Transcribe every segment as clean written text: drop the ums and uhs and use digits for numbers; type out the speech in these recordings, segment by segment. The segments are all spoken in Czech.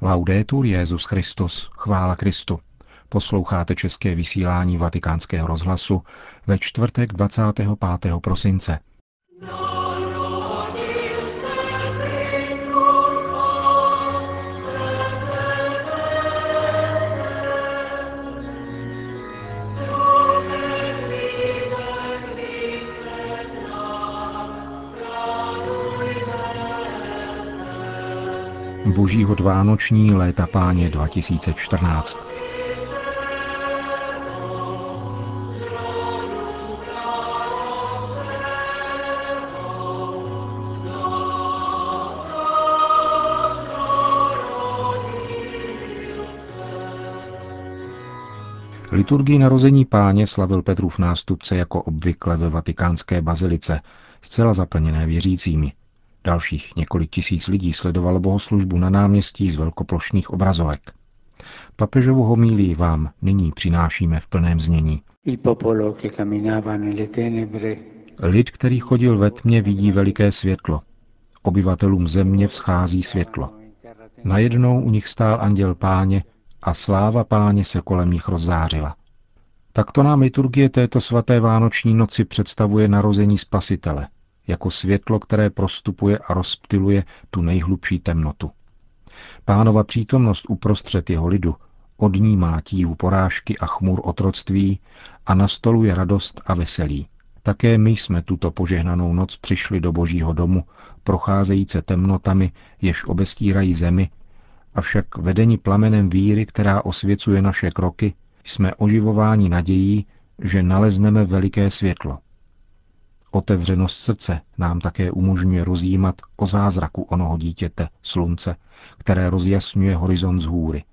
Laudetur Jesus Christus, chvála Kristu. Posloucháte české vysílání Vatikánského rozhlasu ve čtvrtek 25. prosince. Božího vánoční léta Páně 2014. Liturgii narození Páně slavil Petrův nástupce jako obvykle ve vatikánské bazilice, zcela zaplněné věřícími. Dalších několik tisíc lidí sledovalo bohoslužbu na náměstí z velkoplošných obrazovek. Papežovu homílii vám nyní přinášíme v plném znění. Lid, který chodil ve tmě, vidí veliké světlo. Obyvatelům země vzchází světlo. Najednou u nich stál anděl Páně a sláva Páně se kolem nich rozzářila. Takto nám liturgie této svaté vánoční noci představuje narození Spasitele, jako světlo, které prostupuje a rozptyluje tu nejhlubší temnotu. Pánova přítomnost uprostřed jeho lidu odnímá tíhu porážky a chmur otroctví a nastoluje radost a veselí. Také my jsme tuto požehnanou noc přišli do Božího domu, procházejíce temnotami, jež obestírají zemi, avšak vedeni plamenem víry, která osvěcuje naše kroky, jsme oživováni nadějí, že nalezneme veliké světlo. Otevřenost srdce nám také umožňuje rozjímat o zázraku onoho dítěte, slunce, které rozjasňuje horizont z hůry.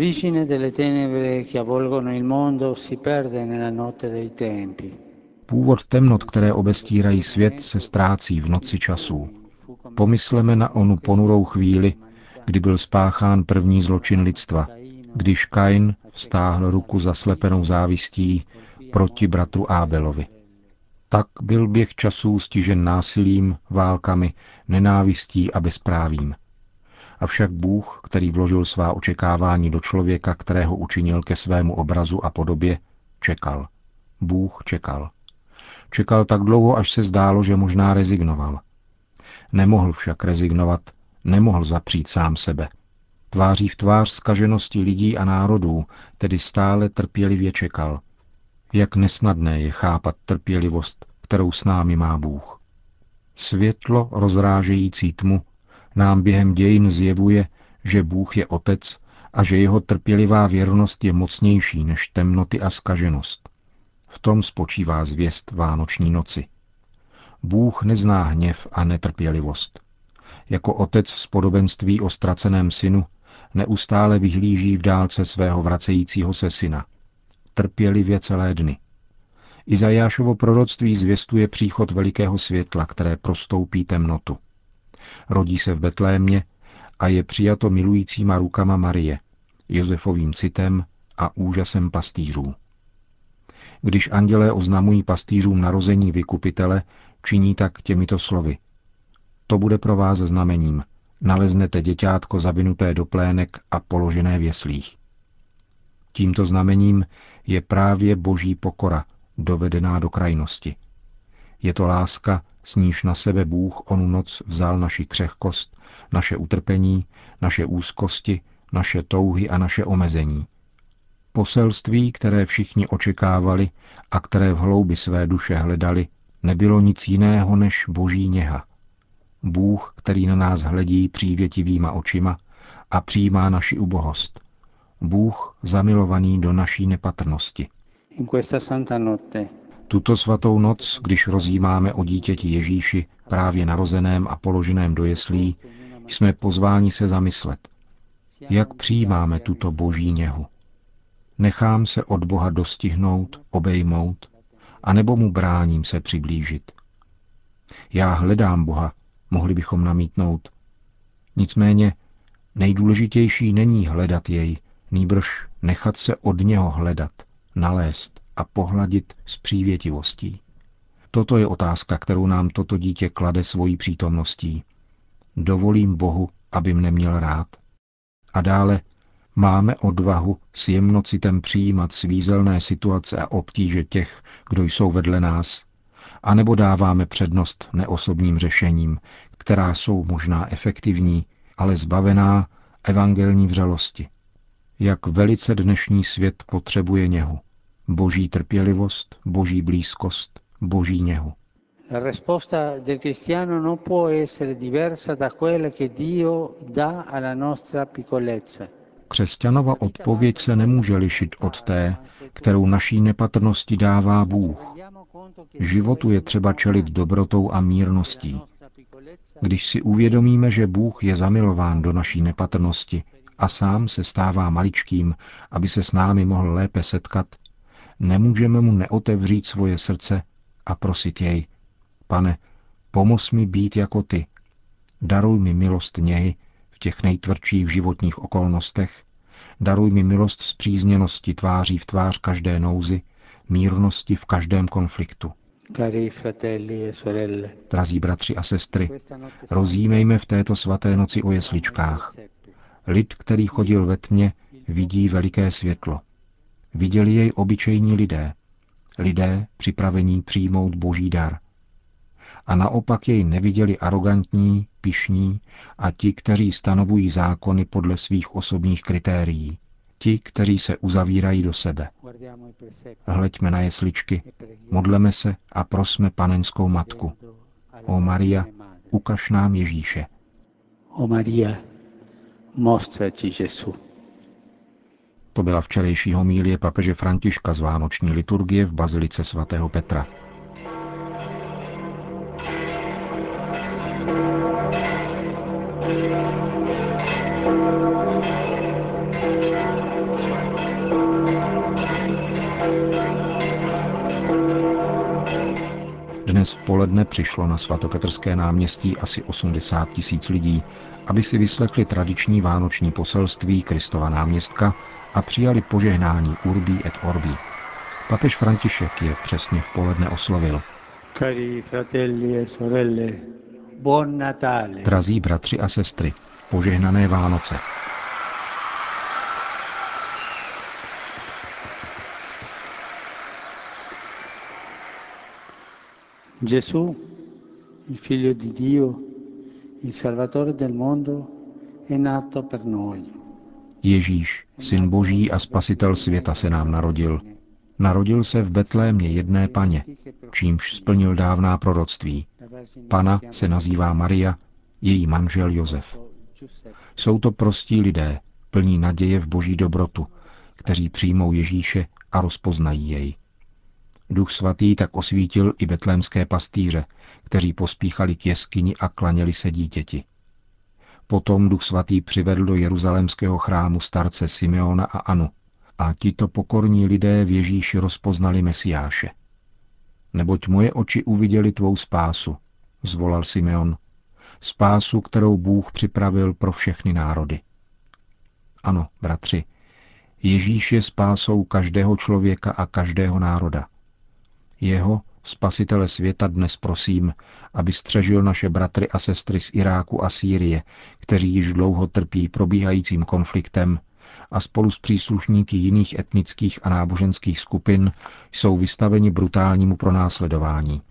Původ temnot, které obestírají svět, se ztrácí v noci časů. Pomysleme na onu ponurou chvíli, kdy byl spáchán první zločin lidstva, když Kain vztáhl ruku zaslepenou závistí proti bratru Ábelovi. Tak byl běh časů stižen násilím, válkami, nenávistí a bezprávím. Avšak Bůh, který vložil svá očekávání do člověka, kterého učinil ke svému obrazu a podobě, čekal. Bůh čekal. Čekal tak dlouho, až se zdálo, že možná rezignoval. Nemohl však rezignovat, nemohl zapřít sám sebe. Tváří v tvář zkaženosti lidí a národů, tedy stále trpělivě čekal. Jak nesnadné je chápat trpělivost, kterou s námi má Bůh. Světlo rozrážející tmu nám během dějin zjevuje, že Bůh je Otec a že jeho trpělivá věrnost je mocnější než temnoty a zkaženost. V tom spočívá zvěst vánoční noci. Bůh nezná hněv a netrpělivost. Jako otec v podobenství o ztraceném synu neustále vyhlíží v dálce svého vracejícího se syna. Trpělivě celé dny. Izajášovo proroctví zvěstuje příchod velikého světla, které prostoupí temnotu. Rodí se v Betlémě a je přijato milujícíma rukama Marie, Josefovým citem a úžasem pastýřů. Když andělé oznamují pastýřům narození vykupitele, činí tak těmito slovy. To bude pro vás znamením. Naleznete děťátko zavinuté do plének a položené v jeslích. Tímto znamením je právě boží pokora, dovedená do krajnosti. Je to láska, s níž na sebe Bůh onu noc vzal naši křehkost, naše utrpení, naše úzkosti, naše touhy a naše omezení. Poselství, které všichni očekávali a které v hloubi své duše hledali, nebylo nic jiného než boží něha. Bůh, který na nás hledí přívětivýma očima a přijímá naši ubohost. Bůh zamilovaný do naší nepatrnosti. Tuto svatou noc, když rozjímáme o dítěti Ježíši, právě narozeném a položeném do jeslí, jsme pozváni se zamyslet. Jak přijímáme tuto boží něhu? Nechám se od Boha dostihnout, obejmout, anebo mu bráním se přiblížit? Já hledám Boha, mohli bychom namítnout. Nicméně nejdůležitější není hledat jej, nýbrž nechat se od něho hledat, nalézt a pohladit s přívětivostí. Toto je otázka, kterou nám toto dítě klade svojí přítomností. Dovolím Bohu, aby mne měl rád. A dále, máme odvahu s jemnocitem přijímat svízelné situace a obtíže těch, kdo jsou vedle nás, anebo dáváme přednost neosobním řešením, která jsou možná efektivní, ale zbavená evangelní vřelosti. Jak velice dnešní svět potřebuje něhu. Boží trpělivost, boží blízkost, boží něhu. La risposta del cristiano non può essere diversa da quella che Dio dà alla nostra piccolezza. Křesťanova odpověď se nemůže lišit od té, kterou naší nepatrnosti dává Bůh. Životu je třeba čelit dobrotou a mírností. Když si uvědomíme, že Bůh je zamilován do naší nepatrnosti a sám se stává maličkým, aby se s námi mohl lépe setkat, nemůžeme mu neotevřít svoje srdce a prosit jej: Pane, pomoz mi být jako ty. Daruj mi milost něj v těch nejtvrdších životních okolnostech. Daruj mi milost spřízněnosti tváří v tvář každé nouzi, mírnosti v každém konfliktu. Drazí bratři a sestry, rozjímejme v této svaté noci o jesličkách. Lid, který chodil ve tmě, vidí veliké světlo. Viděli jej obyčejní lidé. Lidé připravení přijmout boží dar. A naopak jej neviděli arogantní, pyšní a ti, kteří stanovují zákony podle svých osobních kritérií. Ti, kteří se uzavírají do sebe. Hleďme na jesličky, modleme se a prosme Panenskou matku. O Maria, ukaž nám Ježíše. O Maria, mostraci Gesù. To byla včerejší homilie papeže Františka z vánoční liturgie v bazilice sv. Petra. Dnes v poledne přišlo na svatopetrské náměstí asi 80 000 lidí, aby si vyslechli tradiční vánoční poselství Kristova náměstka a přijali požehnání Urbi et Orbi. Papež František je přesně v poledne oslovil. Cari fratelli e sorelle, buon Natale. Drazí bratři a sestry, požehnané Vánoce. Gesù, il figlio di Dio, il Salvatore del mondo, è nato per noi. Ježíš, syn Boží a spasitel světa, se nám narodil. Narodil se v Betlémě jedné paně, čímž splnil dávná proroctví. Pana se nazývá Maria, její manžel Josef. Jsou to prostí lidé, plní naděje v boží dobrotu, kteří přijmou Ježíše a rozpoznají jej. Duch svatý tak osvítil i betlémské pastýře, kteří pospíchali k jeskyni a klaněli se dítěti. Potom Duch svatý přivedl do jeruzalémského chrámu starce Simeona a Anu a tito pokorní lidé v Ježíši rozpoznali Mesiáše. Neboť moje oči uviděli tvou spásu, zvolal Simeon, spásu, kterou Bůh připravil pro všechny národy. Ano, bratři, Ježíš je spásou každého člověka a každého národa. Jeho, spasitele světa, dnes prosím, aby střežil naše bratry a sestry z Iráku a Sýrie, kteří již dlouho trpí probíhajícím konfliktem a spolu s příslušníky jiných etnických a náboženských skupin jsou vystaveni brutálnímu pronásledování.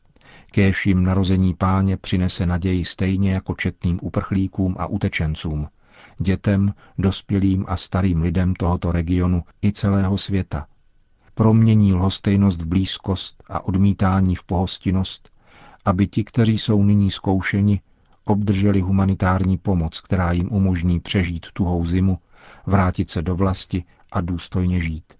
Kéž jim narození Páně přinese naději stejně jako četným uprchlíkům a utečencům, dětem, dospělým a starým lidem tohoto regionu i celého světa. Promění lhostejnost v blízkost a odmítání v pohostinnost, aby ti, kteří jsou nyní zkoušeni, obdrželi humanitární pomoc, která jim umožní přežít tuhou zimu, vrátit se do vlasti a důstojně žít.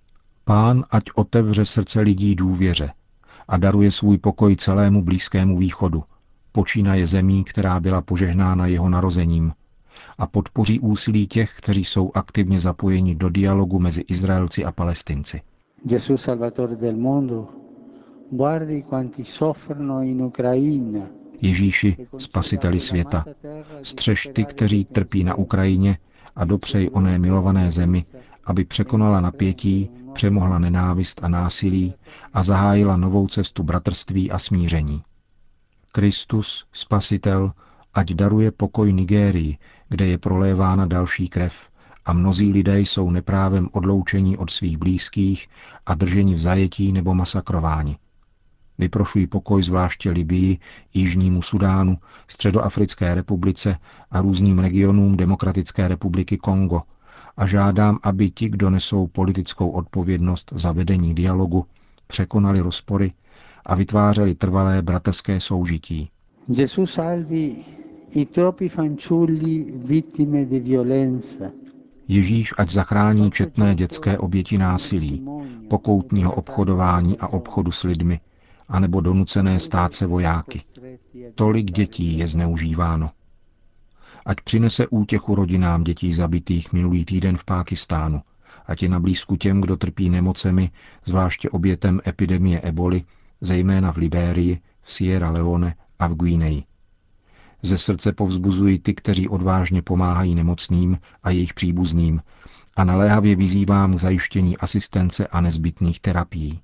Pán ať otevře srdce lidí důvěře a daruje svůj pokoj celému Blízkému východu, počínaje zemí, která byla požehnána jeho narozením, a podpoří úsilí těch, kteří jsou aktivně zapojeni do dialogu mezi Izraelci a Palestinci. Gesù Salvatore del mondo, guardi quanti soffrono in Ucraina. Ježíši, spasiteli světa, střež ty, kteří trpí na Ukrajině, a dopřej oné milované zemi, aby překonala napětí, přemohla nenávist a násilí a zahájila novou cestu bratrství a smíření. Kristus, spasitel, ať daruje pokoj Nigérii, kde je prolévána další krev a mnozí lidé jsou neprávem odloučeni od svých blízkých a drženi v zajetí nebo masakrováni. Vyprošuji pokoj zvláště Libyi, Jižnímu Sudánu, Středoafrické republice a různým regionům Demokratické republiky Kongo a žádám, aby ti, kdo nesou politickou odpovědnost za vedení dialogu, překonali rozpory a vytvářeli trvalé bratrské soužití. Gesù salvi i troppi fanciulli vittime di violenza. Ježíš ať zachrání četné dětské oběti násilí, pokoutního obchodování a obchodu s lidmi, anebo donucené stát se vojáky. Tolik dětí je zneužíváno. Ať přinese útěchu rodinám dětí zabitých minulý týden v Pákistánu, ať je na blízku těm, kdo trpí nemocemi, zvláště obětem epidemie eboli, zejména v Libérii, v Sierra Leone a v Guineji. Ze srdce povzbuzuji ty, kteří odvážně pomáhají nemocným a jejich příbuzným a naléhavě vyzývám k zajištění asistence a nezbytných terapií.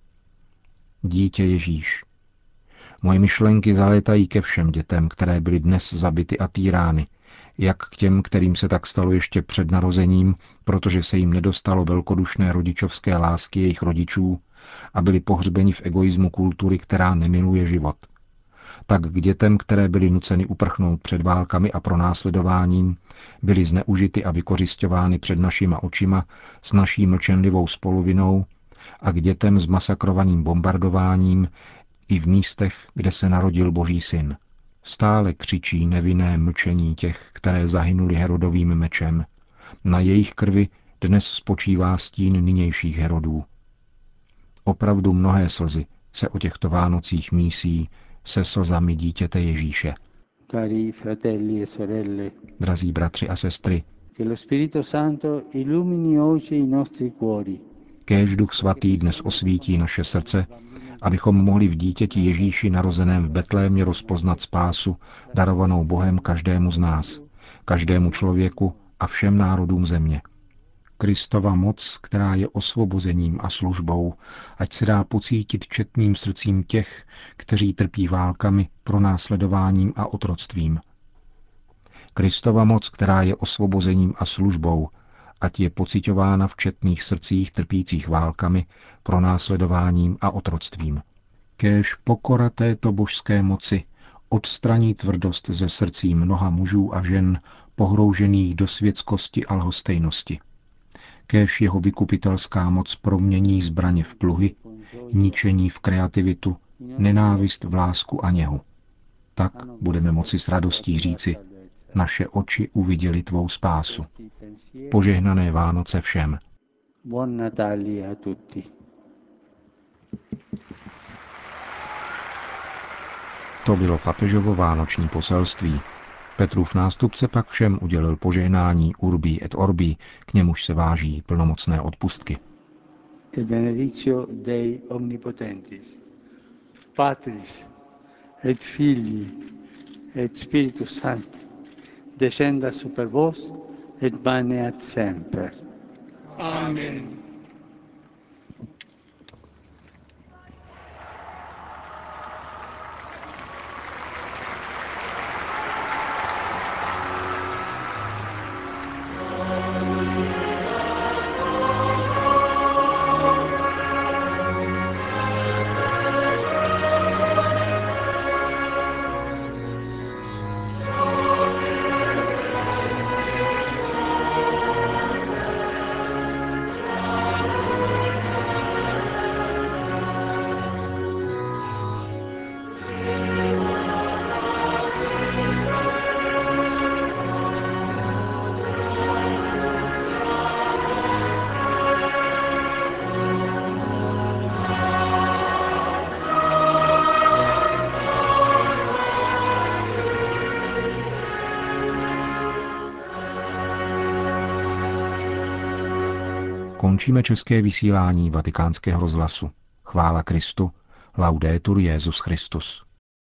Dítě Ježíš. Moje myšlenky zalétají ke všem dětem, které byly dnes zabity a týrány, jak k těm, kterým se tak stalo ještě před narozením, protože se jim nedostalo velkodušné rodičovské lásky jejich rodičů a byli pohřbeni v egoismu kultury, která nemiluje život. Tak k dětem, které byly nuceny uprchnout před válkami a pronásledováním, byly zneužity a vykořisťovány před našima očima s naší mlčenlivou spoluvinou, a k dětem s masakrovaným bombardováním i v místech, kde se narodil Boží syn. Stále křičí nevinné mlčení těch, které zahynuli Herodovým mečem. Na jejich krvi dnes spočívá stín nynějších Herodů. Opravdu mnohé slzy se o těchto Vánocích mísí se slzami dítěte Ježíše. Cari fratelli e sorelle, Drazí bratři a sestry, che lo Spirito Santo illumini oggi i nostri cuori. kéž Duch Svatý dnes osvítí naše srdce, abychom mohli v dítěti Ježíši narozeném v Betlémě rozpoznat spásu, darovanou Bohem každému z nás, každému člověku a všem národům země. Kristova moc, která je osvobozením a službou, ať se dá pocítit četným srdcím těch, kteří trpí válkami, pronásledováním a otroctvím. Kristova moc, která je osvobozením a službou, ať je pociťována v četných srdcích trpících válkami, pronásledováním a otroctvím. Kéž pokora této božské moci odstraní tvrdost ze srdcí mnoha mužů a žen pohroužených do světskosti a lhostejnosti. Kéž jeho vykupitelská moc promění zbraně v pluhy, ničení v kreativitu, nenávist v lásku a něhu. Tak budeme moci s radostí říci, naše oči uviděly tvou spásu. Požehnané Vánoce všem. Buon Natale a tutti. To bylo papežovo vánoční poselství. Petrův nástupce pak všem udělil požehnání Urbi et Orbi, k němuž se váží plnomocné odpustky. Il benedictio Dei omnipotentis, Patris et Filii et Spiritus Sancti, descenda super vos et maneat semper. Amen. Končíme české vysílání Vatikánského rozhlasu. Chvála Kristu, laudetur Jesus Christus.